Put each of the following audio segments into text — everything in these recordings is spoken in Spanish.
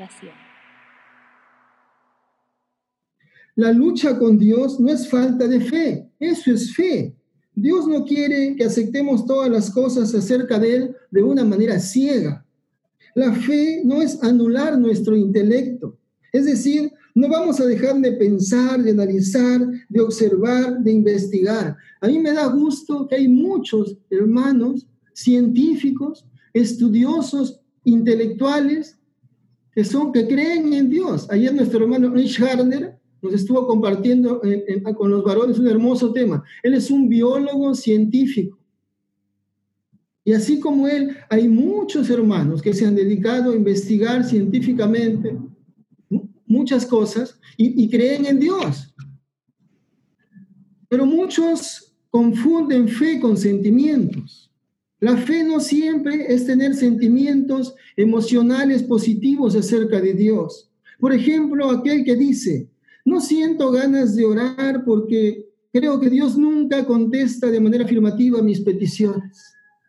oración. La lucha con Dios no es falta de fe, eso es fe. Dios no quiere que aceptemos todas las cosas acerca de Él de una manera ciega. La fe no es anular nuestro intelecto, es decir, no vamos a dejar de pensar, de analizar, de observar, de investigar. A mí me da gusto que hay muchos hermanos científicos, estudiosos, intelectuales, que creen en Dios. Ayer nuestro hermano Rich Gardner nos estuvo compartiendo con los varones un hermoso tema. Él es un biólogo científico. Y así como él, hay muchos hermanos que se han dedicado a investigar científicamente muchas cosas y creen en Dios. Pero muchos confunden fe con sentimientos. La fe no siempre es tener sentimientos emocionales positivos acerca de Dios. Por ejemplo, aquel que dice, no siento ganas de orar porque creo que Dios nunca contesta de manera afirmativa mis peticiones.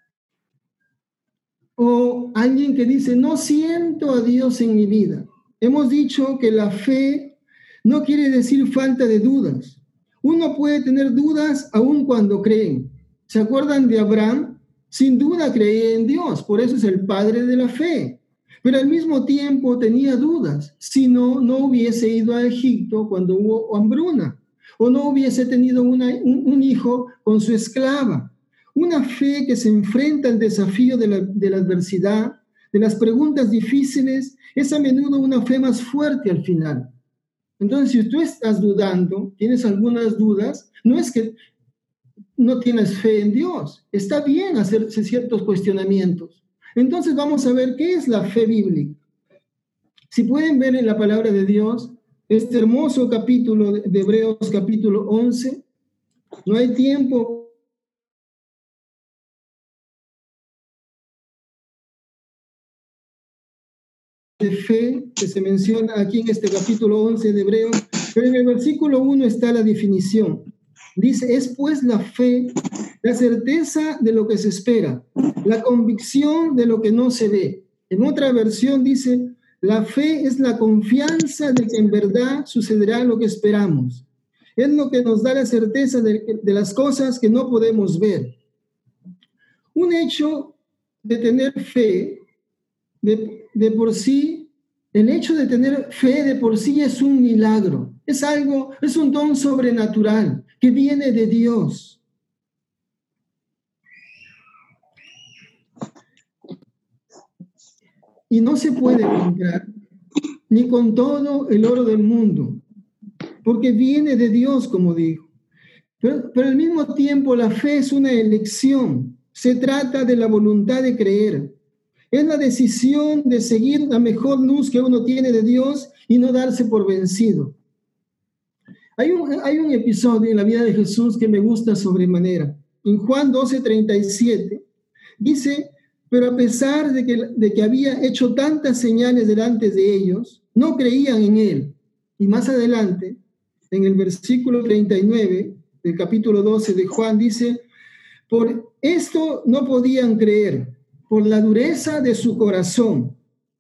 O alguien que dice, no siento a Dios en mi vida. Hemos dicho que la fe no quiere decir falta de dudas. Uno puede tener dudas aun cuando creen. ¿Se acuerdan de Abraham? Sin duda creía en Dios, por eso es el padre de la fe. Pero al mismo tiempo tenía dudas. Si no, no hubiese ido a Egipto cuando hubo hambruna. O no hubiese tenido un hijo con su esclava. Una fe que se enfrenta al desafío de la adversidad, de las preguntas difíciles, es a menudo una fe más fuerte al final. Entonces, si tú estás dudando, tienes algunas dudas, no es que no tienes fe en Dios. Está bien hacerse ciertos cuestionamientos. Entonces, vamos a ver qué es la fe bíblica. Si pueden ver en la palabra de Dios, este hermoso capítulo de Hebreos, capítulo 11, no hay tiempo de fe que se menciona aquí en este capítulo 11 de Hebreos, pero en el versículo 1 está la definición. Dice, es pues la fe, la certeza de lo que se espera, la convicción de lo que no se ve. En otra versión dice, la fe es la confianza de que en verdad sucederá lo que esperamos. Es lo que nos da la certeza de las cosas que no podemos ver. Un hecho de tener fe, de por sí, el hecho de tener fe de por sí es un milagro, es un don sobrenatural que viene de Dios. Y no se puede comprar ni con todo el oro del mundo, porque viene de Dios, como digo. Pero al mismo tiempo la fe es una elección, se trata de la voluntad de creer. Es la decisión de seguir la mejor luz que uno tiene de Dios y no darse por vencido. Hay un episodio en la vida de Jesús que me gusta sobremanera. En Juan 12:37 dice, pero a pesar de que había hecho tantas señales delante de ellos, no creían en él. Y más adelante, en el versículo 39 del capítulo 12 de Juan, dice, por esto no podían creer, por la dureza de su corazón.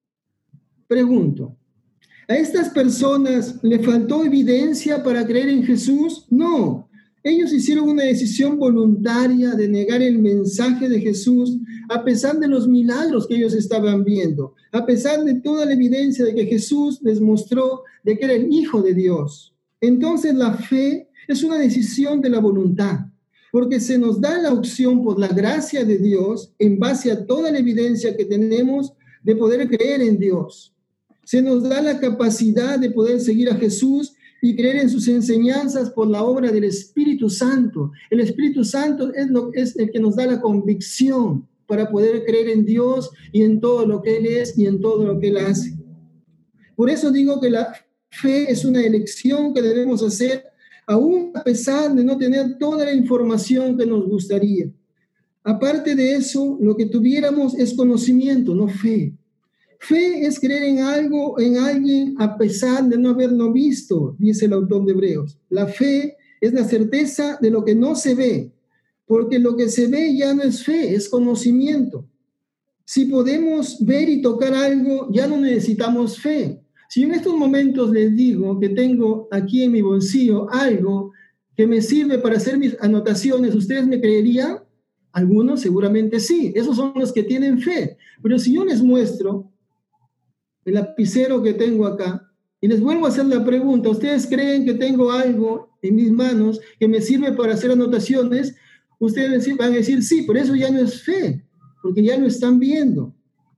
Pregunto, ¿a estas personas le faltó evidencia para creer en Jesús? No, ellos hicieron una decisión voluntaria de negar el mensaje de Jesús a pesar de los milagros que ellos estaban viendo, a pesar de toda la evidencia de que Jesús les mostró de que era el Hijo de Dios. Entonces la fe es una decisión de la voluntad, porque se nos da la opción por la gracia de Dios, en base a toda la evidencia que tenemos, de poder creer en Dios. Se nos da la capacidad de poder seguir a Jesús y creer en sus enseñanzas por la obra del Espíritu Santo. El Espíritu Santo es el que nos da la convicción para poder creer en Dios y en todo lo que Él es y en todo lo que Él hace. Por eso digo que la fe es una elección que debemos hacer aún a pesar de no tener toda la información que nos gustaría. Aparte de eso, lo que tuviéramos es conocimiento, no fe. Fe es creer en algo, en alguien, a pesar de no haberlo visto, dice el autor de Hebreos. La fe es la certeza de lo que no se ve, porque lo que se ve ya no es fe, es conocimiento. Si podemos ver y tocar algo, ya no necesitamos fe. Si en estos momentos les digo que tengo aquí en mi bolsillo algo que me sirve para hacer mis anotaciones, ¿ustedes me creerían? Algunos seguramente sí. Esos son los que tienen fe. Pero si yo les muestro el lapicero que tengo acá y les vuelvo a hacer la pregunta, ¿ustedes creen que tengo algo en mis manos que me sirve para hacer anotaciones? Ustedes van a decir sí, pero eso ya no es fe, porque ya lo están viendo.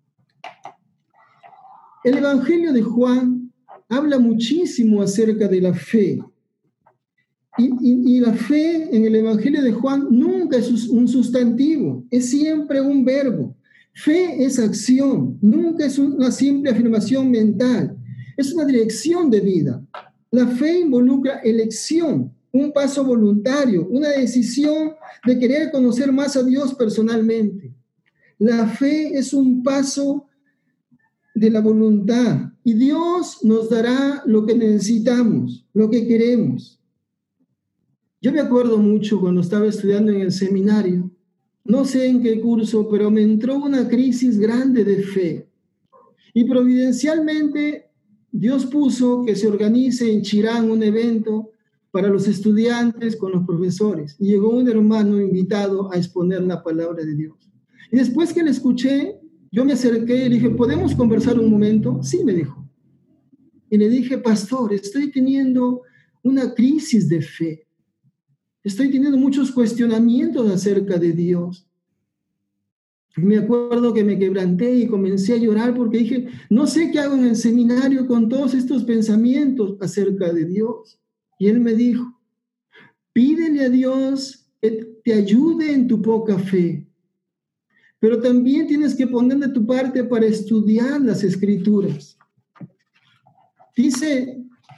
El Evangelio de Juan habla muchísimo acerca de la fe. Y la fe en el Evangelio de Juan nunca es un sustantivo, es siempre un verbo. Fe es acción, nunca es una simple afirmación mental, es una dirección de vida. La fe involucra elección, un paso voluntario, una decisión de querer conocer más a Dios personalmente. La fe es un paso de la voluntad y Dios nos dará lo que necesitamos, lo que queremos. Yo me acuerdo mucho cuando estaba estudiando en el seminario, no sé en qué curso, pero me entró una crisis grande de fe. Y providencialmente Dios puso que se organice en Chirán un evento para los estudiantes con los profesores. Y llegó un hermano invitado a exponer la palabra de Dios. Y después que le escuché, yo me acerqué y le dije, ¿podemos conversar un momento? Sí, me dijo. Y le dije, pastor, estoy teniendo una crisis de fe. Estoy teniendo muchos cuestionamientos acerca de Dios. Y me acuerdo que me quebranté y comencé a llorar porque dije, no sé qué hago en el seminario con todos estos pensamientos acerca de Dios. Y él me dijo, pídele a Dios que te ayude en tu poca fe, pero también tienes que poner de tu parte para estudiar las Escrituras. Dice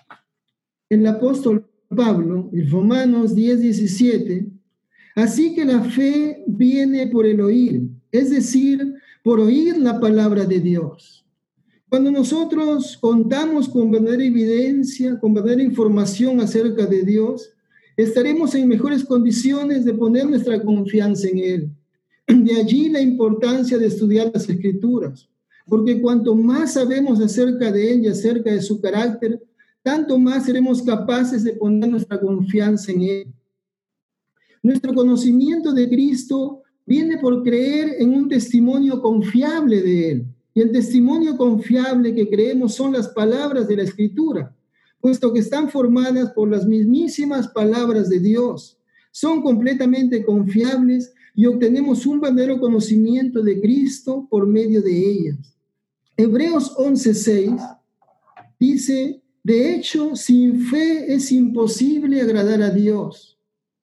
el apóstol Pablo, en Romanos 10:17, así que la fe viene por el oír, es decir, por oír la palabra de Dios. Cuando nosotros contamos con verdadera evidencia, con verdadera información acerca de Dios, estaremos en mejores condiciones de poner nuestra confianza en Él. De allí la importancia de estudiar las Escrituras, porque cuanto más sabemos acerca de Él y acerca de su carácter, tanto más seremos capaces de poner nuestra confianza en Él. Nuestro conocimiento de Cristo viene por creer en un testimonio confiable de Él. Y el testimonio confiable que creemos son las palabras de la Escritura, puesto que están formadas por las mismísimas palabras de Dios. Son completamente confiables y obtenemos un verdadero conocimiento de Cristo por medio de ellas. Hebreos 11:6 dice, de hecho, sin fe es imposible agradar a Dios.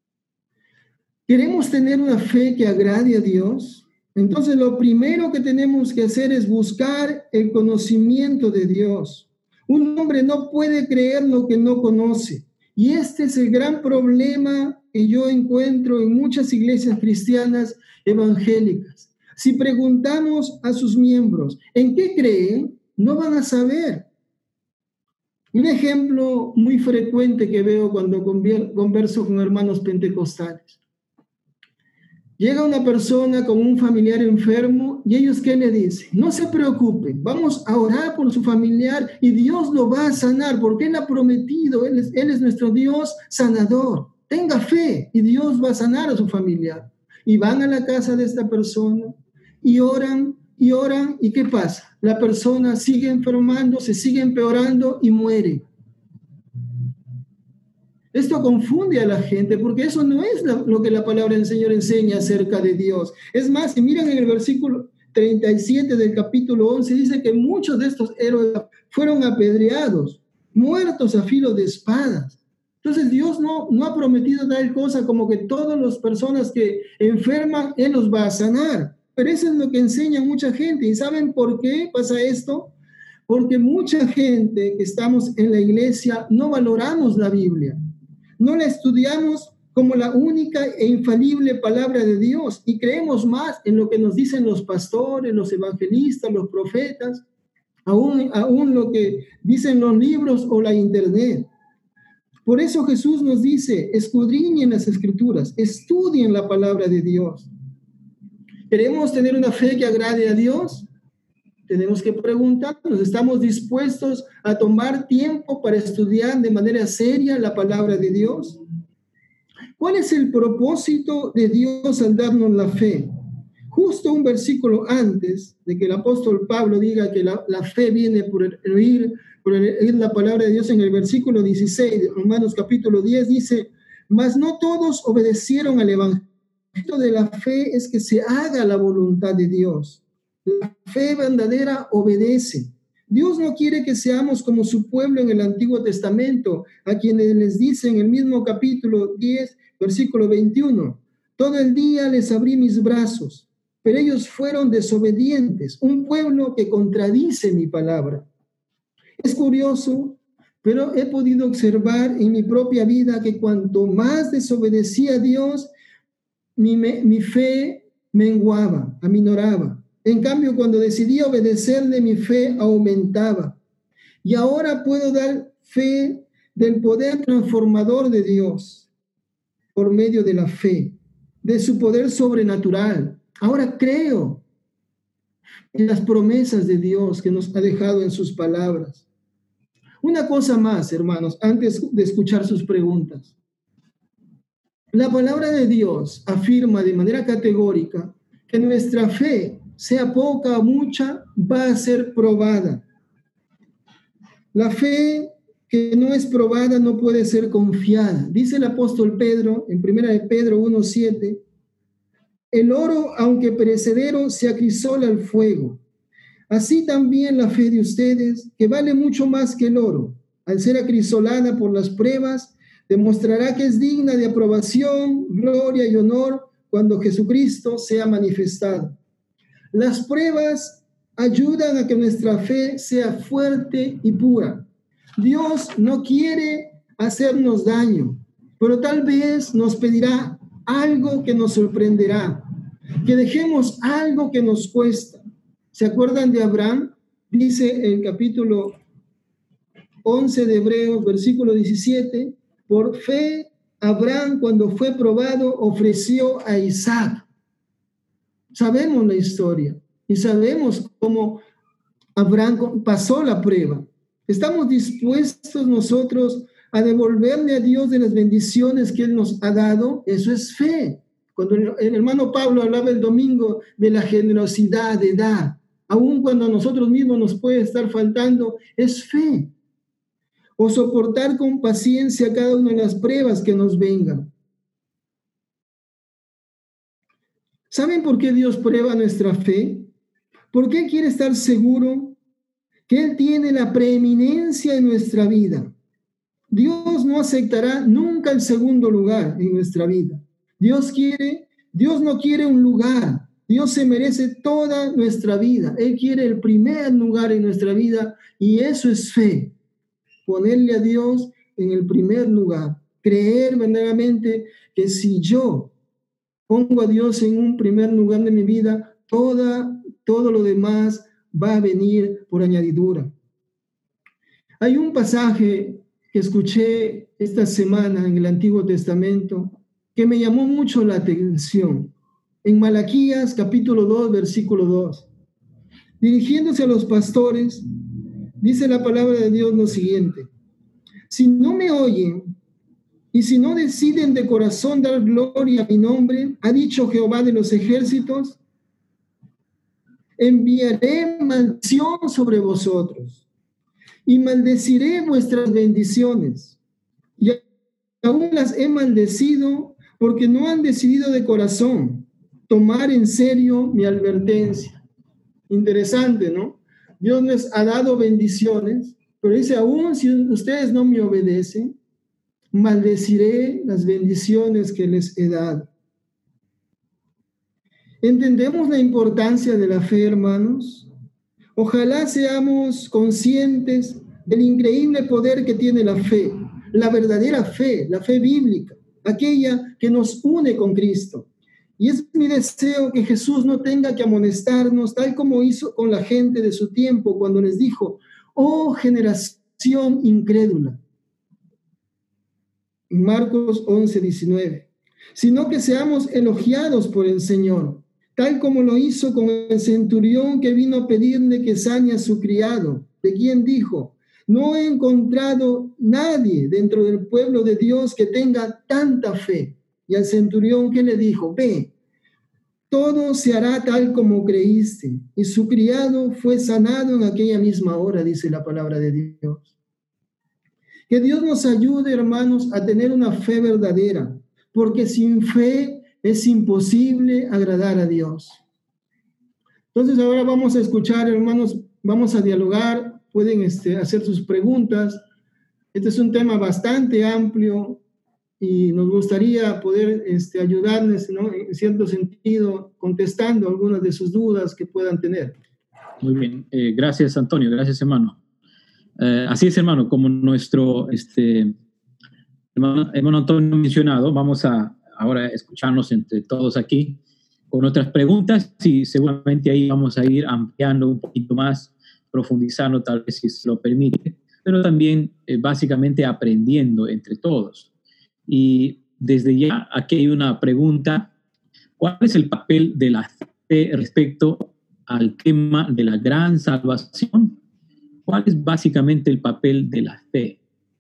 ¿Queremos tener una fe que agrade a Dios? Entonces lo primero que tenemos que hacer es buscar el conocimiento de Dios. Un hombre no puede creer lo que no conoce. Y este es el gran problema que yo encuentro en muchas iglesias cristianas evangélicas. Si preguntamos a sus miembros, ¿en qué creen? No van a saber. Un ejemplo muy frecuente que veo cuando converso con hermanos pentecostales. Llega una persona con un familiar enfermo y ellos ¿qué le dicen? No se preocupen, vamos a orar por su familiar y Dios lo va a sanar porque Él ha prometido, Él es nuestro Dios sanador. Tenga fe y Dios va a sanar a su familiar. Y van a la casa de esta persona y oran, ¿y qué pasa? La persona sigue enfermando, se sigue empeorando y muere. Esto confunde a la gente porque eso no es lo que la palabra del Señor enseña acerca de Dios. Es más, si miran en el versículo 37 del capítulo 11, dice que muchos de estos héroes fueron apedreados, muertos a filo de espadas. Entonces Dios no ha prometido tal cosa como que todas las personas que enferman, Él los va a sanar. Pero eso es lo que enseña mucha gente. ¿Y saben por qué pasa esto? Porque mucha gente que estamos en la iglesia no valoramos la Biblia. No la estudiamos como la única e infalible palabra de Dios y creemos más en lo que nos dicen los pastores, los evangelistas, los profetas, aún lo que dicen los libros o la internet. Por eso Jesús nos dice, escudriñen las Escrituras, estudien la palabra de Dios. ¿Queremos tener una fe que agrade a Dios? Tenemos que preguntarnos, ¿estamos dispuestos a tomar tiempo para estudiar de manera seria la palabra de Dios? ¿Cuál es el propósito de Dios al darnos la fe? Justo un versículo antes de que el apóstol Pablo diga que la fe viene por oír la palabra de Dios, en el versículo 16 de Romanos capítulo 10 dice, mas no todos obedecieron al evangelio. De la fe es que se haga la voluntad de Dios. La fe verdadera obedece. Dios no quiere que seamos como su pueblo en el Antiguo Testamento, a quienes les dice en el mismo capítulo 10, versículo 21, todo el día les abrí mis brazos, pero ellos fueron desobedientes, un pueblo que contradice mi palabra. Es curioso, pero he podido observar en mi propia vida que cuanto más desobedecía a Dios, mi fe menguaba, aminoraba. En cambio, cuando decidí obedecerle, mi fe aumentaba. Y ahora puedo dar fe del poder transformador de Dios por medio de la fe, de su poder sobrenatural. Ahora creo en las promesas de Dios que nos ha dejado en sus palabras. Una cosa más, hermanos, antes de escuchar sus preguntas. La palabra de Dios afirma de manera categórica que nuestra fe, sea poca o mucha, va a ser probada. La fe que no es probada no puede ser confiada. Dice el apóstol Pedro en 1 de Pedro 1:7, el oro, aunque perecedero, se acrisola al fuego. Así también la fe de ustedes, que vale mucho más que el oro, al ser acrisolada por las pruebas, demostrará que es digna de aprobación, gloria y honor cuando Jesucristo sea manifestado. Las pruebas ayudan a que nuestra fe sea fuerte y pura. Dios no quiere hacernos daño, pero tal vez nos pedirá algo que nos sorprenderá, que dejemos algo que nos cuesta. ¿Se acuerdan de Abraham? Dice el capítulo 11 de Hebreos, versículo 17, por fe, Abraham, cuando fue probado, ofreció a Isaac. Sabemos la historia y sabemos cómo Abraham pasó la prueba. ¿Estamos dispuestos nosotros a devolverle a Dios de las bendiciones que Él nos ha dado? Eso es fe. Cuando el hermano Pablo hablaba el domingo de la generosidad de dar, aun cuando a nosotros mismos nos puede estar faltando, es fe. O soportar con paciencia cada una de las pruebas que nos vengan. ¿Saben por qué Dios prueba nuestra fe? ¿Por qué quiere estar seguro que Él tiene la preeminencia en nuestra vida? Dios no aceptará nunca el segundo lugar en nuestra vida. Dios no quiere un lugar. Dios se merece toda nuestra vida. Él quiere el primer lugar en nuestra vida y eso es fe. Ponerle a Dios en el primer lugar. Creer verdaderamente que si yo pongo a Dios en un primer lugar de mi vida, todo lo demás va a venir por añadidura. Hay un pasaje que escuché esta semana en el Antiguo Testamento que me llamó mucho la atención. En Malaquías capítulo 2, versículo 2. Dirigiéndose a los pastores, dice la palabra de Dios lo siguiente: si no me oyen y si no deciden de corazón dar gloria a mi nombre, ha dicho Jehová de los ejércitos, enviaré maldición sobre vosotros y maldeciré vuestras bendiciones. Y aún las he maldecido porque no han decidido de corazón tomar en serio mi advertencia. Interesante, ¿no? Dios les ha dado bendiciones, pero dice, aún si ustedes no me obedecen, maldeciré las bendiciones que les he dado. ¿Entendemos la importancia de la fe, hermanos? Ojalá seamos conscientes del increíble poder que tiene la fe, la verdadera fe, la fe bíblica, aquella que nos une con Cristo. Y es mi deseo que Jesús no tenga que amonestarnos, tal como hizo con la gente de su tiempo, cuando les dijo, oh generación incrédula. Marcos 11:19, sino que seamos elogiados por el Señor. tal como lo hizo con el centurión que vino a pedirle que sane a su criado, de quien dijo: no he encontrado nadie dentro del pueblo de Dios que tenga tanta fe. Y al centurión, ¿qué le dijo? Ve, todo se hará tal como creíste. Y su criado fue sanado en aquella misma hora, dice la palabra de Dios. Que Dios nos ayude, hermanos, a tener una fe verdadera, porque sin fe es imposible agradar a Dios. Entonces ahora vamos a escuchar, hermanos, vamos a dialogar, pueden hacer sus preguntas. Este es un tema bastante amplio y nos gustaría poder ayudarles, ¿no?, en cierto sentido, contestando algunas de sus dudas que puedan tener. Muy bien, gracias Antonio, gracias hermano. Así es, hermano, como nuestro hermano Antonio mencionado, vamos a ahora escucharnos entre todos aquí con otras preguntas y seguramente ahí vamos a ir ampliando un poquito más, profundizando tal vez si se lo permite, pero también básicamente aprendiendo entre todos. Y desde ya aquí hay una pregunta: ¿cuál es el papel de la fe respecto al tema de la gran salvación? ¿Cuál es básicamente el papel de la fe?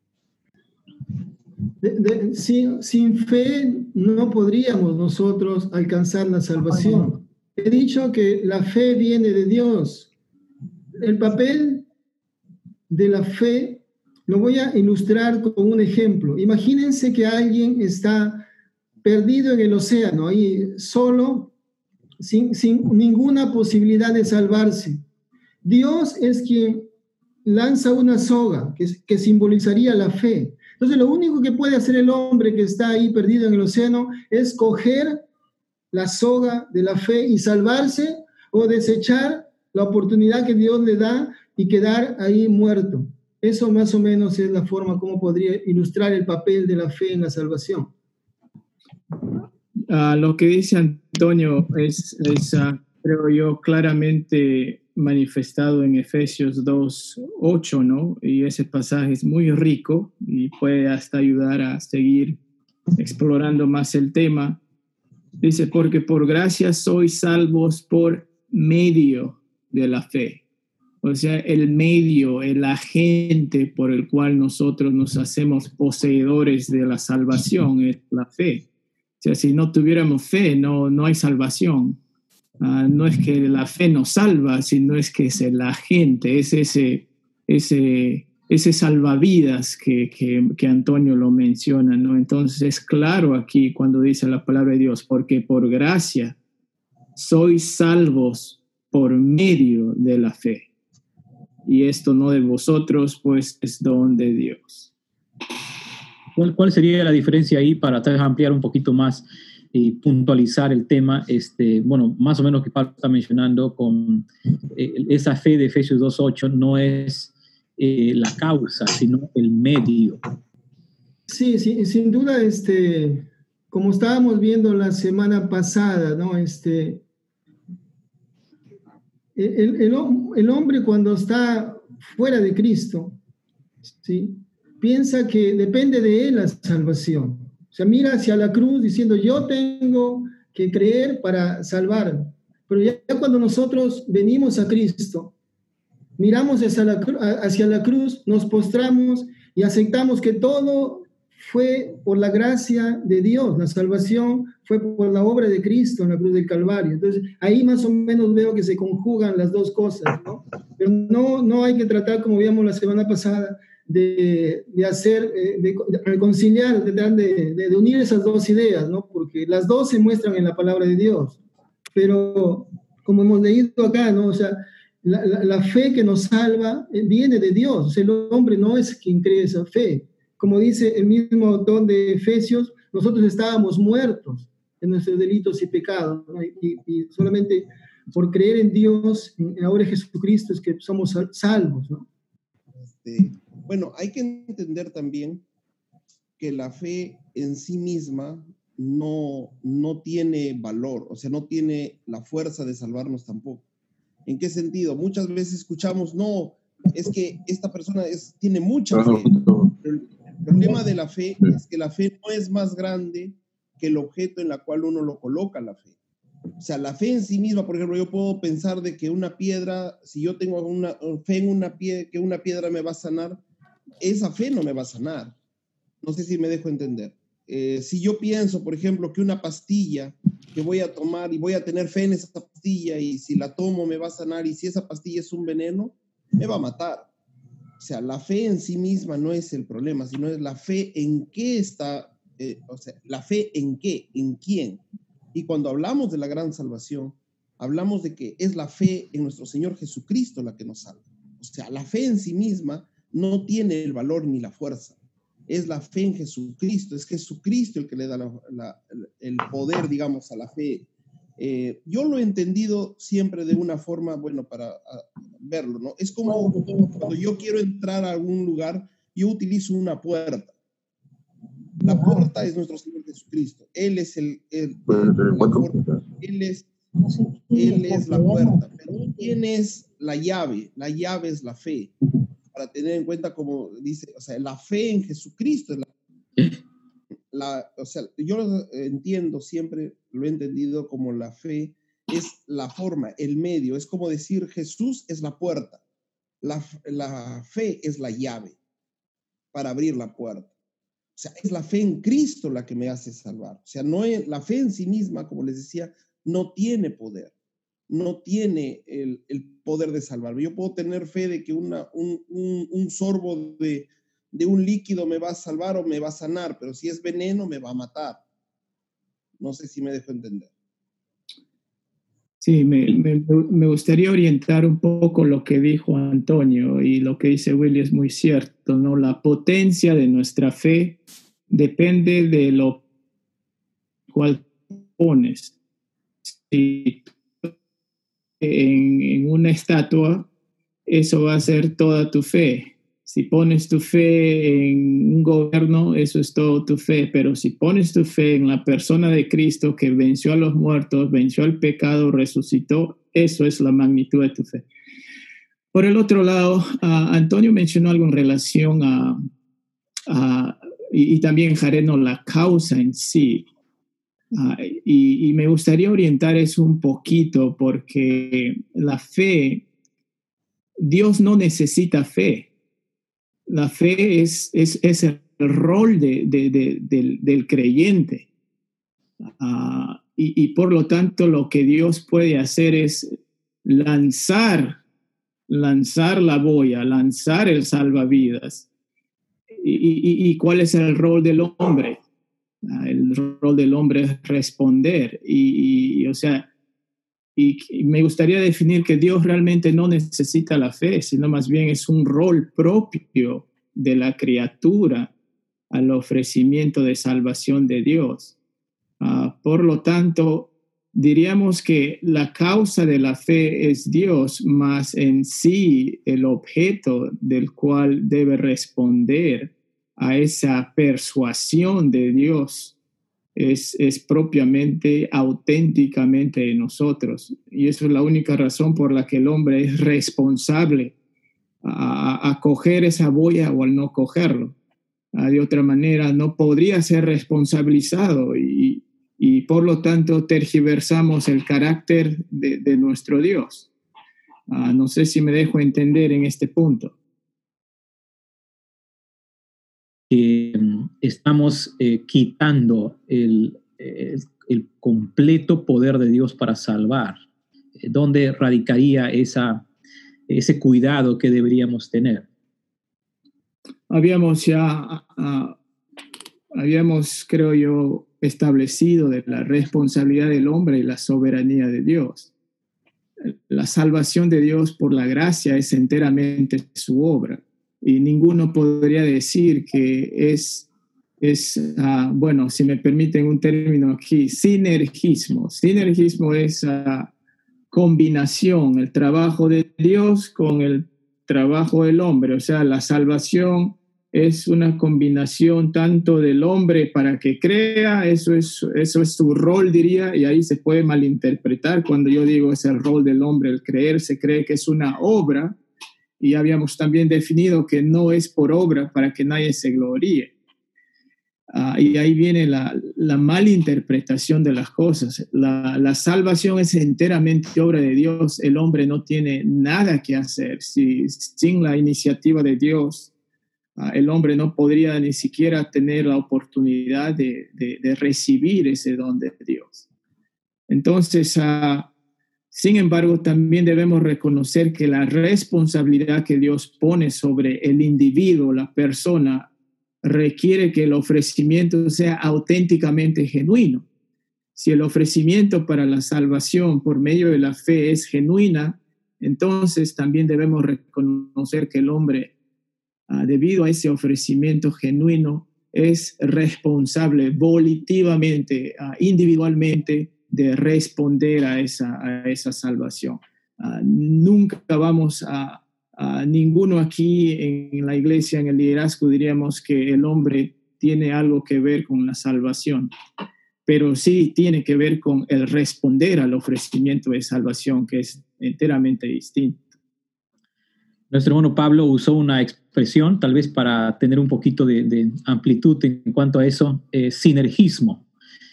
Sin fe no podríamos nosotros alcanzar la salvación. He dicho que la fe viene de Dios. El papel de la fe lo voy a ilustrar con un ejemplo. Imagínense que alguien está perdido en el océano, ahí solo, sin ninguna posibilidad de salvarse. Dios es quien lanza una soga que simbolizaría la fe. Entonces lo único que puede hacer el hombre que está ahí perdido en el océano es coger la soga de la fe y salvarse, o desechar la oportunidad que Dios le da y quedar ahí muerto. Eso más o menos es la forma como podría ilustrar el papel de la fe en la salvación. Lo que dice Antonio es creo yo, claramente manifestado en Efesios 2:8, ¿no? Y ese pasaje es muy rico y puede hasta ayudar a seguir explorando más el tema. Dice: porque por gracia sois salvos por medio de la fe. O sea, el medio, el agente por el cual nosotros nos hacemos poseedores de la salvación es la fe. O sea, si no tuviéramos fe, no hay salvación. No es que la fe nos salva, sino es que es el agente, es ese salvavidas que Antonio lo menciona, ¿no? Entonces es claro aquí cuando dice la palabra de Dios: porque por gracia sois salvos por medio de la fe. Y esto no de vosotros, pues es don de Dios. ¿Cuál sería la diferencia ahí para ampliar un poquito más y puntualizar el tema? Bueno, más o menos que Pablo está mencionando con esa fe de Efesios 2:8 no es la causa, sino el medio. Sí, sin duda, como estábamos viendo la semana pasada, ¿no? El hombre cuando está fuera de Cristo, ¿sí?, piensa que depende de él la salvación. O sea, mira hacia la cruz diciendo: yo tengo que creer para salvar. Pero ya cuando nosotros venimos a Cristo, miramos hacia la cruz, nos postramos y aceptamos que todo fue por la gracia de Dios. La salvación fue por la obra de Cristo en la cruz del Calvario. Entonces, ahí más o menos veo que se conjugan las dos cosas, ¿no? Pero no hay que tratar, como vimos la semana pasada, de reconciliar, de unir esas dos ideas, ¿no? Porque las dos se muestran en la palabra de Dios. Pero, como hemos leído acá, ¿no? O sea, la fe que nos salva viene de Dios. O sea, el hombre no es quien cree esa fe. Como dice el mismo autor de Efesios, nosotros estábamos muertos en nuestros delitos y pecados, ¿no? Y solamente por creer en Dios, en la obra de Jesucristo, es que somos salvos, ¿no? Bueno, hay que entender también que la fe en sí misma no tiene valor, o sea, no tiene la fuerza de salvarnos tampoco. ¿En qué sentido? Muchas veces escuchamos: no, es que esta persona tiene mucha fe. Pero el problema de la fe es que la fe no es más grande que el objeto en la cual uno lo coloca la fe. O sea, la fe en sí misma, por ejemplo, yo puedo pensar de que una piedra, si yo tengo una fe en que una piedra me va a sanar, esa fe no me va a sanar. No sé si me dejo entender. Si yo pienso, por ejemplo, que una pastilla que voy a tomar y voy a tener fe en esa pastilla y si la tomo me va a sanar y si esa pastilla es un veneno, me va a matar. O sea, la fe en sí misma no es el problema, sino es la fe en qué está, o sea, la fe en qué, en quién. Y cuando hablamos de la gran salvación, hablamos de que es la fe en nuestro Señor Jesucristo la que nos salva. O sea, la fe en sí misma no tiene el valor ni la fuerza. Es la fe en Jesucristo, es Jesucristo el que le da el poder, digamos, a la fe. Yo lo he entendido siempre de una forma, bueno, para verlo, ¿no? Es como cuando yo quiero entrar a algún lugar, yo utilizo una puerta. La puerta es nuestro Señor Jesucristo. Él es Él es la puerta. Pero ¿quién es la llave? La llave es la fe. Para tener en cuenta, como dice, o sea, la fe en Jesucristo es o sea, yo lo entiendo, siempre lo he entendido como la fe es la forma, el medio, es como decir Jesús es la puerta, la fe es la llave para abrir la puerta. O sea, es la fe en Cristo la que me hace salvar. O sea, no es, la fe en sí misma, como les decía, no tiene poder, no tiene el poder de salvarme. Yo puedo tener fe de que un sorbo de un líquido me va a salvar o me va a sanar, pero si es veneno me va a matar. No sé si me dejo entender. Sí, me gustaría orientar un poco lo que dijo Antonio, y lo que dice Willy es muy cierto, ¿no? La potencia de nuestra fe depende de lo cual pones. Si en una estatua, eso va a ser toda tu fe. Si pones tu fe en un gobierno, eso es toda tu fe. Pero si pones tu fe en la persona de Cristo que venció a los muertos, venció al pecado, resucitó, eso es la magnitud de tu fe. Por el otro lado, Antonio mencionó algo en relación y también Jareno, la causa en sí. Y me gustaría orientar eso un poquito, porque la fe, Dios no necesita fe. La fe es el rol del creyente. Y por lo tanto, lo que Dios puede hacer es lanzar la boya, lanzar el salvavidas. ¿Y cuál es el rol del hombre? El rol del hombre es responder. O sea, y me gustaría definir que Dios realmente no necesita la fe, sino más bien es un rol propio de la criatura al ofrecimiento de salvación de Dios. Por lo tanto, diríamos que la causa de la fe es Dios, más en sí el objeto del cual debe responder a esa persuasión de Dios es propiamente, auténticamente de nosotros. Y eso es la única razón por la que el hombre es responsable a coger esa boya o al no cogerlo. De otra manera, no podría ser responsabilizado y por lo tanto tergiversamos el carácter de nuestro Dios. No sé si me dejo entender en este punto. Estamos quitando el completo poder de Dios para salvar. ¿Dónde radicaría ese cuidado que deberíamos tener? Habíamos, creo yo, establecido de la responsabilidad del hombre y la soberanía de Dios. La salvación de Dios por la gracia es enteramente su obra. Y ninguno podría decir que es bueno, si me permiten un término aquí, sinergismo. Sinergismo es combinación, el trabajo de Dios con el trabajo del hombre. O sea, la salvación es una combinación tanto del hombre para que crea, eso es su rol, diría, y ahí se puede malinterpretar cuando yo digo es el rol del hombre, el creer, se cree que es una obra. Y habíamos también definido que no es por obra para que nadie se gloríe. Y ahí viene la malinterpretación de las cosas. La salvación es enteramente obra de Dios. El hombre no tiene nada que hacer. Sin la iniciativa de Dios, el hombre no podría ni siquiera tener la oportunidad de recibir ese don de Dios. Entonces, sin embargo, también debemos reconocer que la responsabilidad que Dios pone sobre el individuo, la persona, requiere que el ofrecimiento sea auténticamente genuino. Si el ofrecimiento para la salvación por medio de la fe es genuina, entonces también debemos reconocer que el hombre, debido a ese ofrecimiento genuino, es responsable volitivamente, individualmente, de responder a esa salvación. Nunca vamos a ninguno aquí en la iglesia, en el liderazgo, diríamos que el hombre tiene algo que ver con la salvación, pero sí tiene que ver con el responder al ofrecimiento de salvación, que es enteramente distinto. Nuestro hermano Pablo usó una expresión, tal vez para tener un poquito de amplitud en cuanto a eso, sinergismo.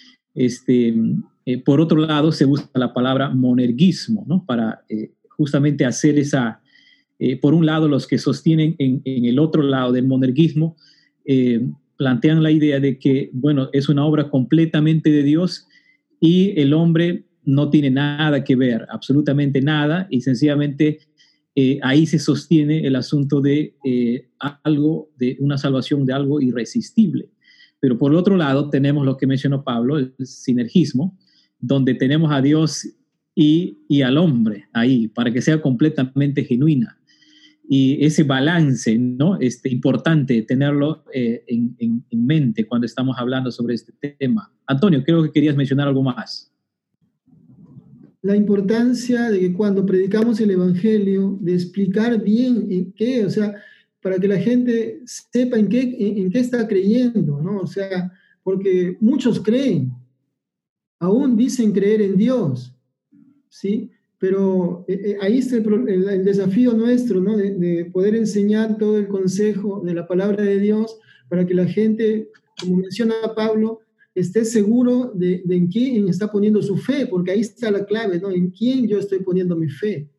Por otro lado, se usa la palabra monergismo, ¿no? Para justamente hacer esa... por un lado, los que sostienen en el otro lado del monergismo plantean la idea de que, bueno, es una obra completamente de Dios y el hombre no tiene nada que ver, absolutamente nada, y sencillamente ahí se sostiene el asunto de algo, de una salvación de algo irresistible. Pero por el otro lado tenemos lo que mencionó Pablo, el sinergismo, donde tenemos a Dios y al hombre ahí, para que sea completamente genuina. Y ese balance, ¿no? Importante tenerlo en mente cuando estamos hablando sobre este tema. Antonio, creo que querías mencionar algo más. La importancia de que cuando predicamos el Evangelio, de explicar bien en qué, o sea, para que la gente sepa en qué está creyendo, ¿no? O sea, porque muchos creen, aún dicen creer en Dios, ¿sí? Pero ahí está el desafío nuestro, ¿no? De poder enseñar todo el consejo de la palabra de Dios para que la gente, como menciona Pablo, esté seguro de en quién está poniendo su fe, porque ahí está la clave, ¿no? En quién yo estoy poniendo mi fe.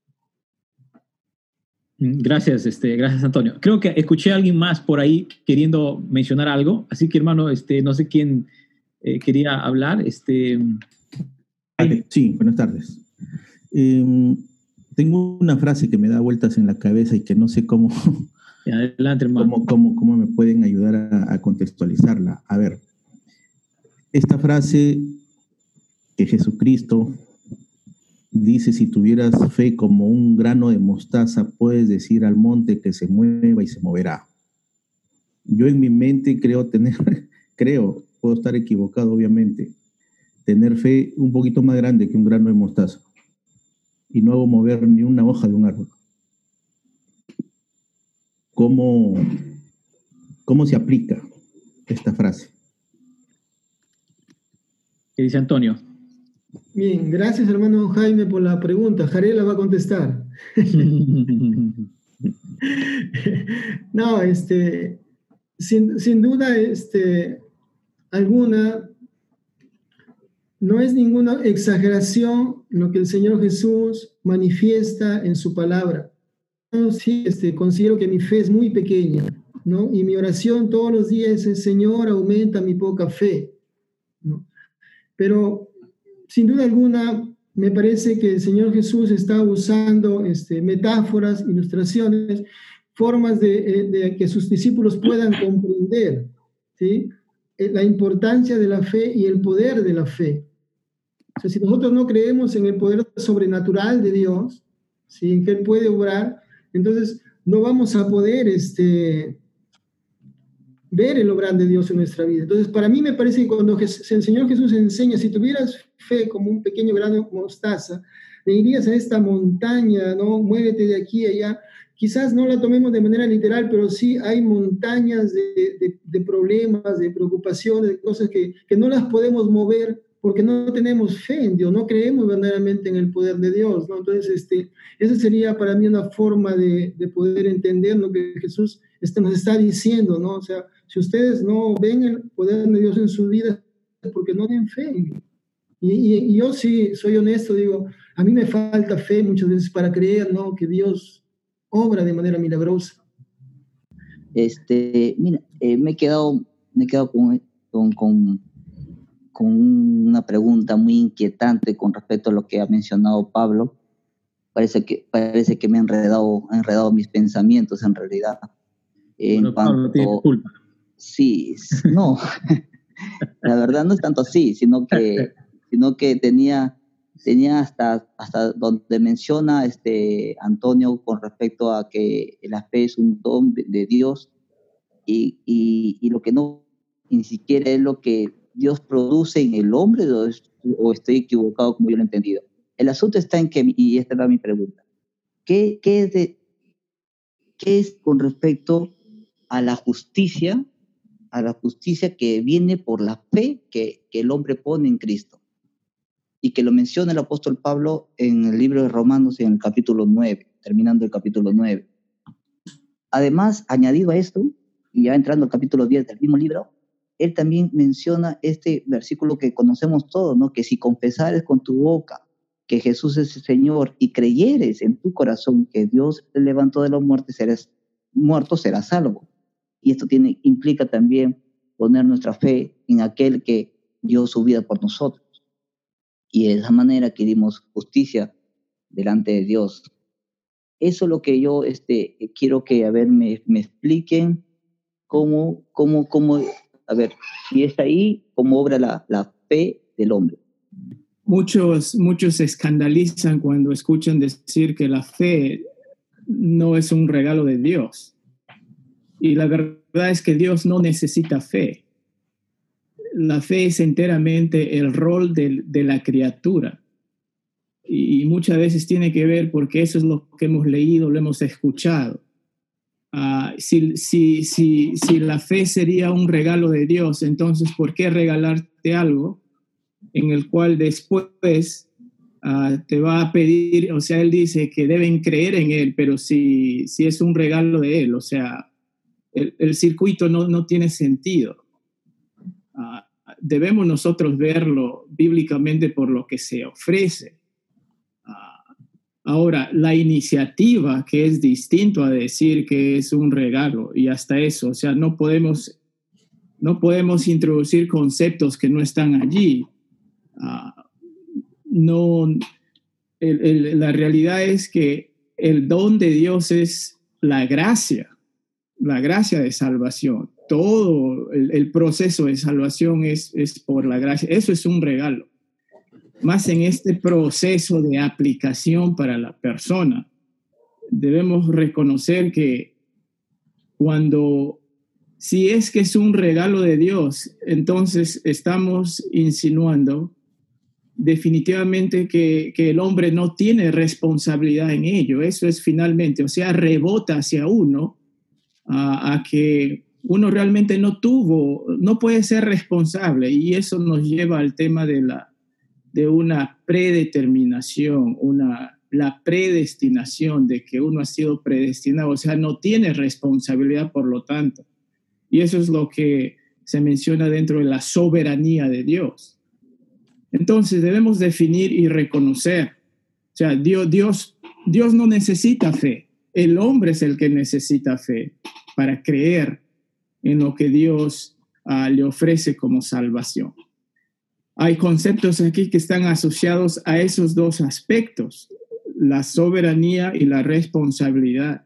Gracias, gracias Antonio. Creo que escuché a alguien más por ahí queriendo mencionar algo, así que hermano, no sé quién quería hablar. Sí, buenas tardes. Tengo una frase que me da vueltas en la cabeza y que no sé cómo, adelante, hermano. cómo me pueden ayudar a contextualizarla. A ver, esta frase que Jesucristo dice: si tuvieras fe como un grano de mostaza, puedes decir al monte que se mueva y se moverá. Yo en mi mente creo, puedo estar equivocado obviamente, tener fe un poquito más grande que un grano de mostaza y no hago mover ni una hoja de un árbol. ¿Cómo se aplica esta frase? ¿Qué dice Antonio? Bien, gracias hermano Jaime por la pregunta. Jarel la va a contestar. No, sin duda alguna, no es ninguna exageración lo que el Señor Jesús manifiesta en su palabra. Yo sí, considero que mi fe es muy pequeña, ¿no? Y mi oración todos los días es: Señor, aumenta mi poca fe, ¿no? Pero sin duda alguna, me parece que el Señor Jesús está usando metáforas, ilustraciones, formas de que sus discípulos puedan comprender, ¿sí? La importancia de la fe y el poder de la fe. O sea, si nosotros no creemos en el poder sobrenatural de Dios, ¿sí? En que Él puede obrar, entonces no vamos a poder ver el obrar de Dios en nuestra vida. Entonces, para mí me parece que cuando el Señor Jesús enseña: si tuvieras fe como un pequeño grano de mostaza, le dirías a esta montaña, ¿no? Muévete de aquí a allá. Quizás no la tomemos de manera literal, pero sí hay montañas de problemas, de preocupaciones, de cosas que no las podemos mover porque no tenemos fe en Dios, no creemos verdaderamente en el poder de Dios, ¿no? Entonces, esa sería para mí una forma de poder entender lo que Jesús nos está diciendo, ¿no? O sea, si ustedes no ven el poder de Dios en su vida, es porque no tienen fe en Dios. Y yo sí soy honesto, digo, a mí me falta fe muchas veces para creer, ¿no? Que Dios obra de manera milagrosa. Mira, me he quedado con una pregunta muy inquietante con respecto a lo que ha mencionado Pablo. Parece que me ha enredado mis pensamientos en realidad. Bueno, Pablo, tiene culpa. Sí, no, la verdad no es tanto así, sino que tenía hasta donde menciona Antonio con respecto a que la fe es un don de Dios y lo que no ni siquiera es lo que Dios produce en el hombre, o estoy equivocado como yo lo he entendido. El asunto está en que, y esta era mi pregunta, ¿qué es con respecto a la justicia que viene por la fe que el hombre pone en Cristo? Y que lo menciona el apóstol Pablo en el libro de Romanos, en el capítulo 9, terminando el capítulo 9. Además, añadido a esto, y ya entrando al capítulo 10 del mismo libro, él también menciona este versículo que conocemos todos, ¿no? Que si confesares con tu boca que Jesús es el Señor y creyeres en tu corazón que Dios te levantó de los muertos, serás salvo. Y esto implica también poner nuestra fe en aquel que dio su vida por nosotros. Y de esa manera adquirimos justicia delante de Dios. Eso es lo que yo quiero que, me expliquen cómo, a ver, si está ahí, cómo obra la fe del hombre. Muchos se escandalizan cuando escuchan decir que la fe no es un regalo de Dios. Y la verdad es que Dios no necesita fe. La fe es enteramente el rol de la criatura. Y muchas veces tiene que ver porque eso es lo que hemos leído, lo hemos escuchado. Si la fe sería un regalo de Dios, entonces ¿por qué regalarte algo en el cual después te va a pedir? O sea, él dice que deben creer en él, pero si es un regalo de él, o sea, el circuito no tiene sentido. Debemos nosotros verlo bíblicamente por lo que se ofrece. Ahora, la iniciativa, que es distinto a decir que es un regalo, y hasta eso, o sea, no podemos introducir conceptos que no están allí. La realidad es que el don de Dios es la gracia de salvación. Todo el proceso de salvación es por la gracia. Eso es un regalo. Más en este proceso de aplicación para la persona, debemos reconocer que si es que es un regalo de Dios, entonces estamos insinuando definitivamente que el hombre no tiene responsabilidad en ello. Eso es finalmente, o sea, rebota hacia uno a que uno realmente no puede ser responsable, y eso nos lleva al tema de una predeterminación, la predestinación, de que uno ha sido predestinado, o sea, no tiene responsabilidad por lo tanto. Y eso es lo que se menciona dentro de la soberanía de Dios. Entonces debemos definir y reconocer, o sea, Dios no necesita fe, el hombre es el que necesita fe para creer en lo que Dios le ofrece como salvación. Hay conceptos aquí que están asociados a esos dos aspectos, la soberanía y la responsabilidad.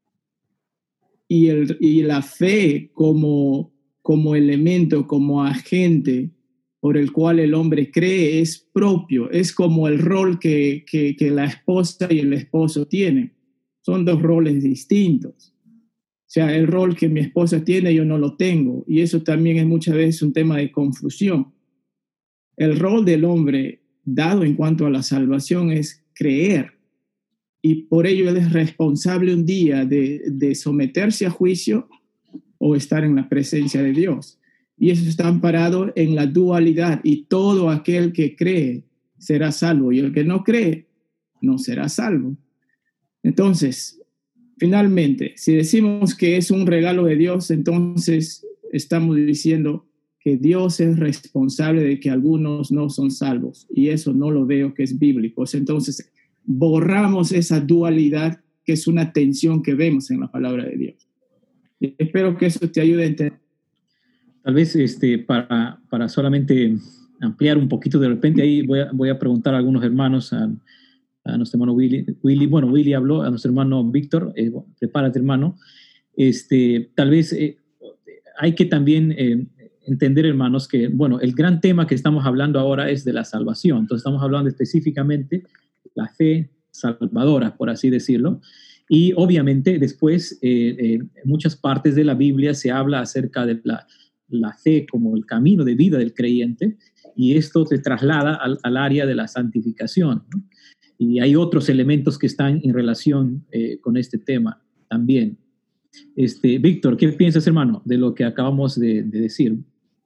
Y la fe como elemento, como agente por el cual el hombre cree es propio, es como el rol que la esposa y el esposo tienen. Son dos roles distintos. O sea, el rol que mi esposa tiene yo no lo tengo, y eso también es muchas veces un tema de confusión. El rol del hombre, dado en cuanto a la salvación, es creer. Y por ello él es responsable un día de someterse a juicio o estar en la presencia de Dios. Y eso está amparado en la dualidad. Y todo aquel que cree será salvo. Y el que no cree no será salvo. Entonces, finalmente, si decimos que es un regalo de Dios, entonces estamos diciendo que Dios es responsable de que algunos no son salvos. Y eso no lo veo que es bíblico. Entonces, borramos esa dualidad, que es una tensión que vemos en la palabra de Dios. Y espero que eso te ayude a entender. Tal vez para solamente ampliar un poquito, de repente ahí voy a preguntar a algunos hermanos, a nuestro hermano Willy. Bueno, Willy habló, a nuestro hermano Víctor, prepárate, hermano. Tal vez hay que también entender, hermanos, que, bueno, el gran tema que estamos hablando ahora es de la salvación. Entonces estamos hablando específicamente de la fe salvadora, por así decirlo. Y obviamente después en muchas partes de la Biblia se habla acerca de la fe como el camino de vida del creyente, y esto te traslada al área de la santificación, ¿no? Y hay otros elementos que están en relación con este tema también. Víctor, ¿qué piensas, hermano, de lo que acabamos de decir?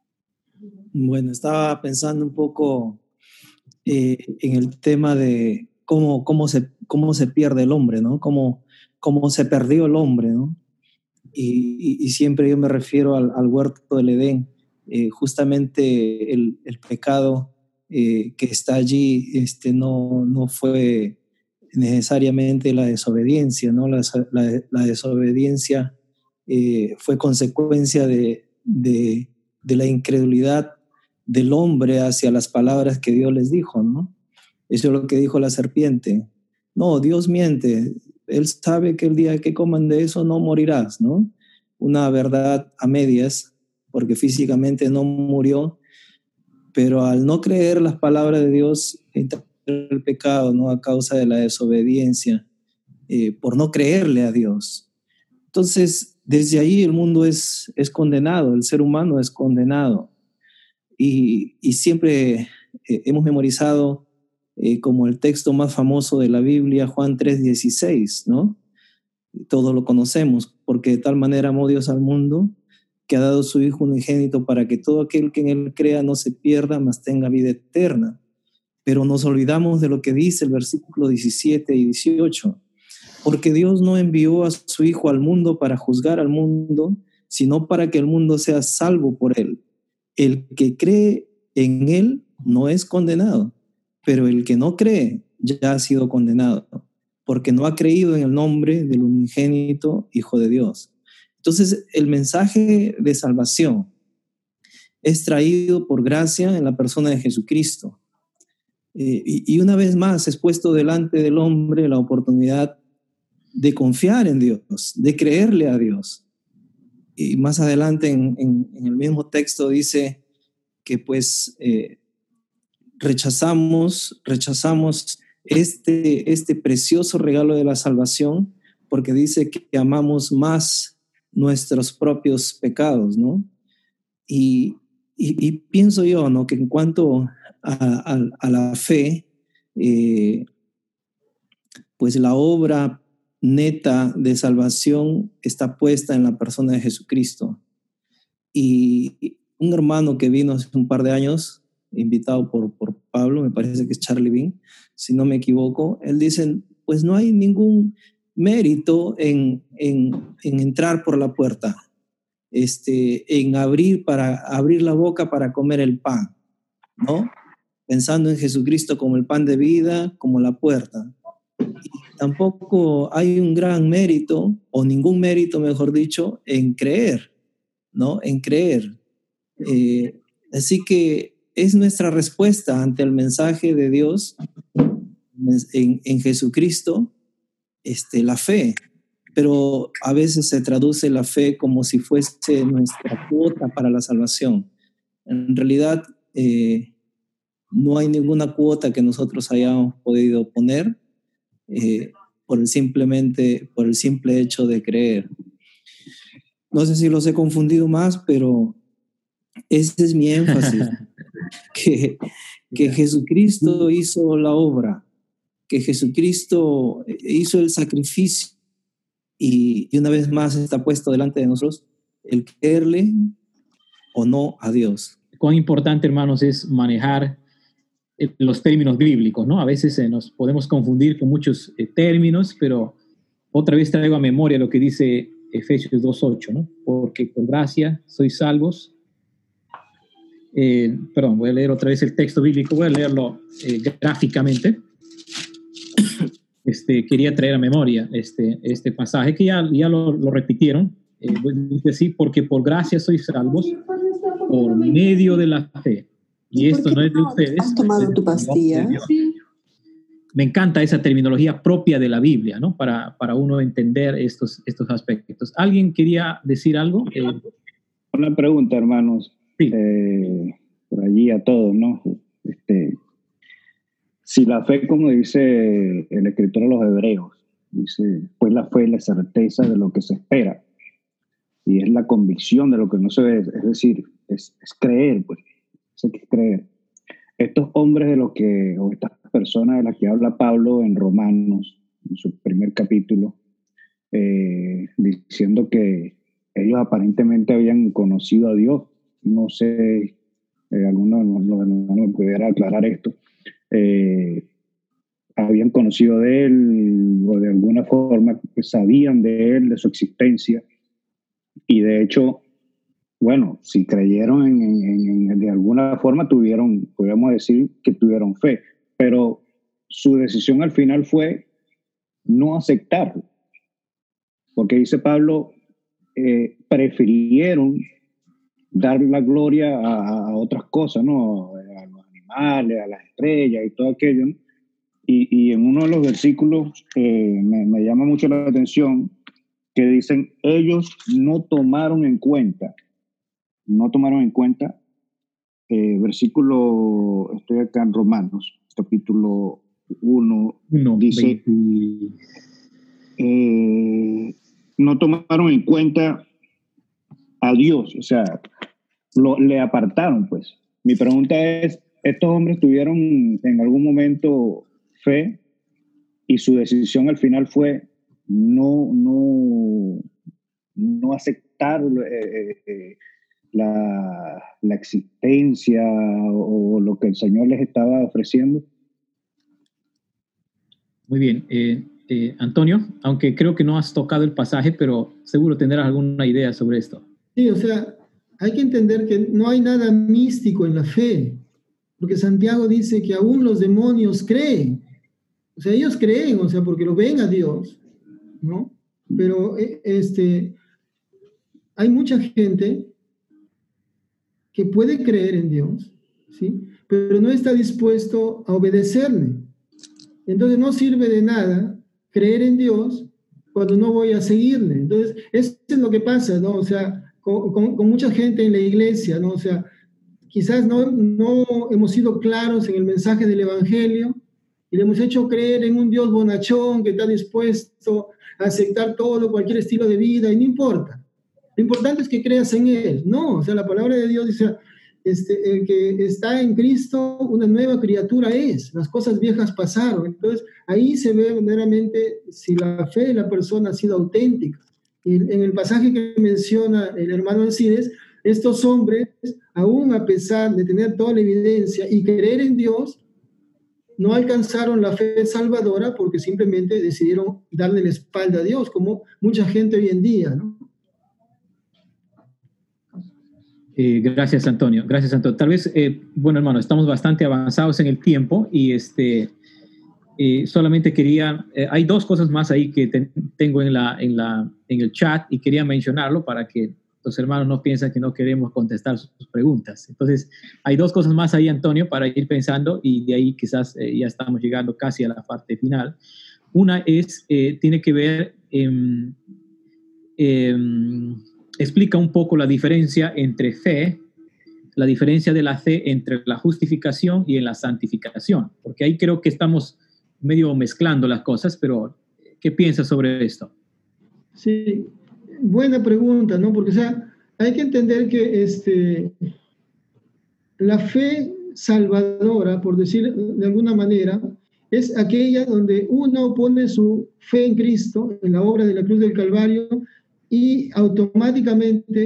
Bueno, estaba pensando un poco en el tema de cómo se pierde el hombre, ¿no? Cómo se perdió el hombre, ¿no? Y siempre yo me refiero al huerto del Edén. Justamente el pecado que está allí no fue necesariamente la desobediencia, ¿no? La desobediencia fue consecuencia de la incredulidad del hombre hacia las palabras que Dios les dijo, ¿no? Eso es lo que dijo la serpiente. No, Dios miente. Él sabe que el día que coman de eso no morirás, ¿no? Una verdad a medias, porque físicamente no murió, pero al no creer las palabras de Dios, entró el pecado, ¿no? A causa de la desobediencia, por no creerle a Dios. Entonces, desde ahí el mundo es condenado, el ser humano es condenado. Y siempre hemos memorizado como el texto más famoso de la Biblia, Juan 3:16, ¿no? Todos lo conocemos, porque de tal manera amó Dios al mundo que ha dado su Hijo unigénito para que todo aquel que en él crea no se pierda, mas tenga vida eterna. Pero nos olvidamos de lo que dice el versículo 17 y 18, porque Dios no envió a su Hijo al mundo para juzgar al mundo, sino para que el mundo sea salvo por él. El que cree en él no es condenado, pero el que no cree ya ha sido condenado, porque no ha creído en el nombre del unigénito Hijo de Dios. Entonces, el mensaje de salvación es traído por gracia en la persona de Jesucristo. Y una vez más es puesto delante del hombre la oportunidad de confiar en Dios, de creerle a Dios. Y más adelante en el mismo texto dice que pues rechazamos este precioso regalo de la salvación, porque dice que amamos más nuestros propios pecados, ¿no? Y pienso yo, ¿no? Que en cuanto a la fe, pues la obra neta de salvación está puesta en la persona de Jesucristo. Y un hermano que vino hace un par de años, invitado por Pablo, me parece que es Charlie Bean, si no me equivoco, él dice, pues no hay ningún mérito en entrar por la puerta, en abrir la boca para comer el pan, ¿no? Pensando en Jesucristo como el pan de vida, como la puerta. Y tampoco hay un gran mérito, o ningún mérito, mejor dicho, en creer, ¿no? En creer. Así que es nuestra respuesta ante el mensaje de Dios en Jesucristo, la fe. Pero a veces se traduce la fe como si fuese nuestra cuota para la salvación. En realidad, no hay ninguna cuota que nosotros hayamos podido poner por el simple hecho de creer. No sé si los he confundido más, pero ese es mi énfasis, que Jesucristo hizo la obra, que Jesucristo hizo el sacrificio, y una vez más está puesto delante de nosotros el creerle o no a Dios. Cuán importante, hermanos, es manejar los términos bíblicos, ¿no? A veces nos podemos confundir con muchos términos, pero otra vez traigo a memoria lo que dice Efesios 2:8, ¿no? Porque por gracia sois salvos. Perdón, voy a leer otra vez el texto bíblico, voy a leerlo gráficamente. Quería traer a memoria este pasaje que ya lo repitieron. Dice así, porque por gracia sois salvos por medio de la fe. Y esto no es de ustedes. ¿Has tomado tu pastilla? Sí. Me encanta esa terminología propia de la Biblia, ¿no? Para uno entender estos aspectos. ¿Alguien quería decir algo? Una pregunta, hermanos. Sí. Por allí a todos, ¿no? Si la fe, como dice el escritor de los Hebreos, dice, pues la fe es la certeza de lo que se espera y es la convicción de lo que no se ve, es decir, es creer, pues, eso es creer. Estos hombres o estas personas de las que habla Pablo en Romanos, en su primer capítulo, diciendo que ellos aparentemente habían conocido a Dios, no sé, alguno de los hermanos me pudiera aclarar esto, habían conocido de él o de alguna forma sabían de él, de su existencia, y de hecho, bueno, si creyeron de alguna forma podríamos decir que tuvieron fe, pero su decisión al final fue no aceptarlo, porque dice Pablo, prefirieron dar la gloria a otras cosas, ¿no? A los animales, a las estrellas y todo aquello, ¿no? Y en uno de los versículos me llama mucho la atención que dicen, ellos no tomaron en cuenta, versículo, estoy acá en Romanos, capítulo 1, dice, no tomaron en cuenta a Dios, o sea, le apartaron, pues. Mi pregunta es, ¿estos hombres tuvieron en algún momento fe y su decisión al final fue no aceptar la existencia o lo que el Señor les estaba ofreciendo? Muy bien. Antonio, aunque creo que no has tocado el pasaje, pero seguro tendrás alguna idea sobre esto. Sí, o sea, hay que entender que no hay nada místico en la fe, porque Santiago dice que aún los demonios creen. O sea, ellos creen, o sea, porque lo ven a Dios, ¿no? Pero hay mucha gente que puede creer en Dios, ¿sí? Pero no está dispuesto a obedecerle. Entonces no sirve de nada creer en Dios cuando no voy a seguirle. Entonces, eso es lo que pasa, ¿no? O sea, con mucha gente en la iglesia, ¿no? O sea, quizás no hemos sido claros en el mensaje del Evangelio y le hemos hecho creer en un Dios bonachón que está dispuesto a aceptar todo, cualquier estilo de vida, y no importa. Lo importante es que creas en Él. No, o sea, la palabra de Dios dice, el que está en Cristo, una nueva criatura es. Las cosas viejas pasaron. Entonces, ahí se ve verdaderamente si la fe de la persona ha sido auténtica. Y en el pasaje que menciona el hermano Alcides, estos hombres, aún a pesar de tener toda la evidencia y creer en Dios, no alcanzaron la fe salvadora porque simplemente decidieron darle la espalda a Dios, como mucha gente hoy en día, ¿no? Gracias, Antonio. Gracias, Antonio. Tal vez, bueno, hermano, estamos bastante avanzados en el tiempo y solamente quería, hay dos cosas más ahí que tengo en el chat y quería mencionarlo para que los hermanos no piensen que no queremos contestar sus preguntas. Entonces, hay dos cosas más ahí, Antonio, para ir pensando y de ahí quizás ya estamos llegando casi a la parte final. Una tiene que ver, explica un poco la diferencia entre fe, la diferencia de la fe entre la justificación y en la santificación, porque ahí creo que estamos medio mezclando las cosas, pero ¿qué piensas sobre esto? Sí, buena pregunta, ¿no? Porque, o sea, hay que entender que la fe salvadora, por decir de alguna manera, es aquella donde uno pone su fe en Cristo, en la obra de la cruz del Calvario, y automáticamente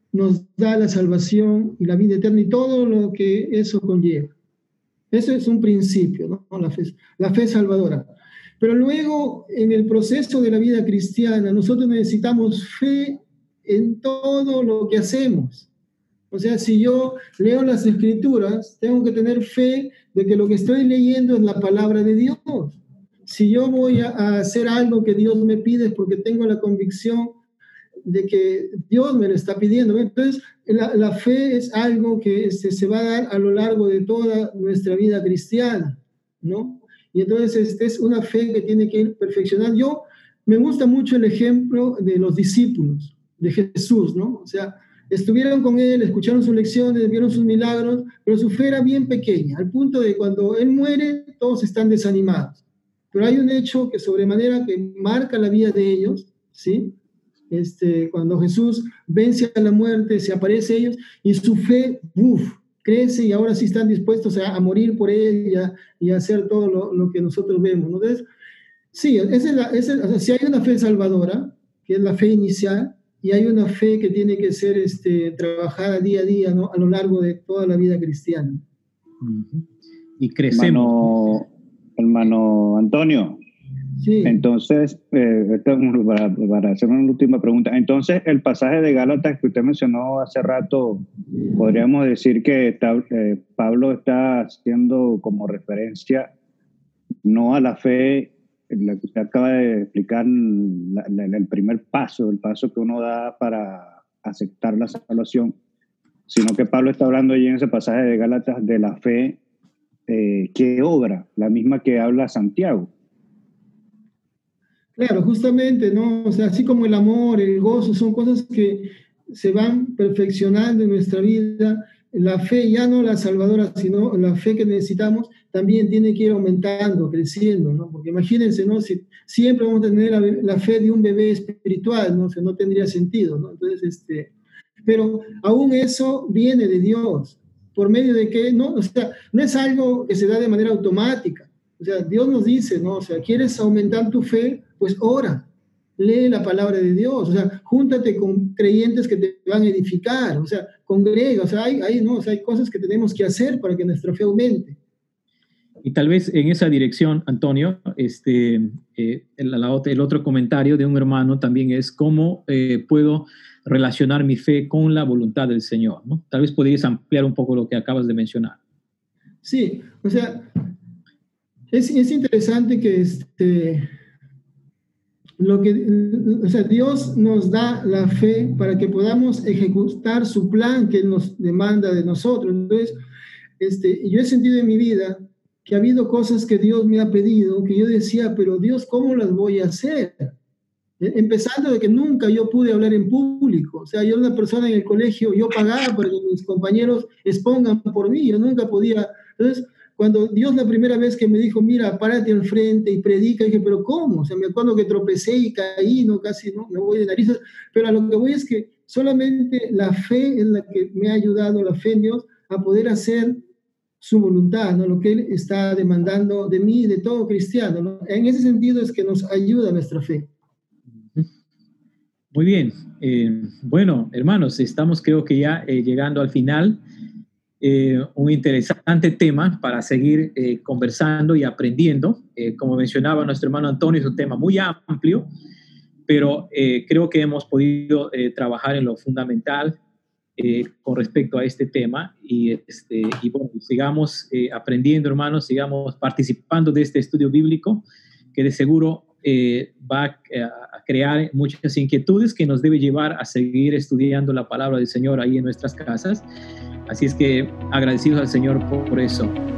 nos da la salvación y la vida eterna y todo lo que eso conlleva. Eso es un principio, ¿no? La fe salvadora. Pero luego, en el proceso de la vida cristiana, nosotros necesitamos fe en todo lo que hacemos. O sea, si yo leo las Escrituras, tengo que tener fe de que lo que estoy leyendo es la palabra de Dios. Si yo voy a hacer algo que Dios me pide es porque tengo la convicción de que Dios me lo está pidiendo. Entonces, la fe es algo que se va a dar a lo largo de toda nuestra vida cristiana, ¿no? Y entonces es una fe que tiene que ir perfeccionando. Me gusta mucho el ejemplo de los discípulos de Jesús, ¿no? O sea, estuvieron con él, escucharon sus lecciones, vieron sus milagros, pero su fe era bien pequeña, al punto de cuando él muere, todos están desanimados. Pero hay un hecho que sobremanera que marca la vida de ellos, ¿sí? Cuando Jesús vence a la muerte, se aparece a ellos y su fe, crece y ahora sí están dispuestos a morir por él y a hacer todo lo que nosotros vemos, ¿no? Entonces, sí, sí hay una fe salvadora, que es la fe inicial, y hay una fe que tiene que ser trabajada día a día, ¿no? A lo largo de toda la vida cristiana. Y crecemos. Hermano Antonio, sí. Entonces, para hacer una última pregunta, entonces el pasaje de Gálatas que usted mencionó hace rato, podríamos decir que Pablo está haciendo como referencia no a la fe, la que usted acaba de explicar, el primer paso, el paso que uno da para aceptar la salvación, sino que Pablo está hablando allí en ese pasaje de Gálatas de la fe que obra, la misma que habla Santiago. Claro, justamente, ¿no? O sea, así como el amor, el gozo, son cosas que se van perfeccionando en nuestra vida. La fe, ya no la salvadora, sino la fe que necesitamos, también tiene que ir aumentando, creciendo, ¿no? Porque imagínense, ¿no? Si siempre vamos a tener la fe de un bebé espiritual, ¿no? O sea, no tendría sentido, ¿no? Entonces, pero aún eso viene de Dios, por medio de que, ¿no? O sea, no es algo que se da de manera automática. O sea, Dios nos dice, ¿no? O sea, ¿quieres aumentar tu fe? Pues ora, lee la palabra de Dios, o sea, júntate con creyentes que te van a edificar, o sea, congrega, o sea, ¿no? O sea, hay cosas que tenemos que hacer para que nuestra fe aumente. Y tal vez en esa dirección, Antonio, el otro comentario de un hermano también es cómo puedo relacionar mi fe con la voluntad del Señor, ¿no? Tal vez podrías ampliar un poco lo que acabas de mencionar. Sí, o sea, es interesante que o sea, Dios nos da la fe para que podamos ejecutar su plan que Él nos demanda de nosotros. Entonces, yo he sentido en mi vida que ha habido cosas que Dios me ha pedido, que yo decía, pero Dios, ¿cómo las voy a hacer? Empezando de que nunca yo pude hablar en público. O sea, yo era una persona en el colegio, yo pagaba para que mis compañeros expongan por mí, yo nunca podía. Entonces, cuando Dios la primera vez que me dijo, mira, párate al frente y predica, dije, pero ¿cómo? O sea, me acuerdo que tropecé y caí, casi me voy de narices, pero a lo que voy es que solamente la fe es la que me ha ayudado, la fe en Dios, a poder hacer su voluntad, ¿no? Lo que Él está demandando de mí y de todo cristiano, ¿no? En ese sentido es que nos ayuda nuestra fe. Muy bien. Bueno, hermanos, estamos creo que ya llegando al final. Un interesante tema para seguir conversando y aprendiendo. Como mencionaba nuestro hermano Antonio, es un tema muy amplio, pero creo que hemos podido trabajar en lo fundamental con respecto a este tema y bueno, sigamos aprendiendo, hermanos, sigamos participando de este estudio bíblico que de seguro va a crear muchas inquietudes que nos debe llevar a seguir estudiando la palabra del Señor ahí en nuestras casas. Así es que agradecidos al Señor por eso.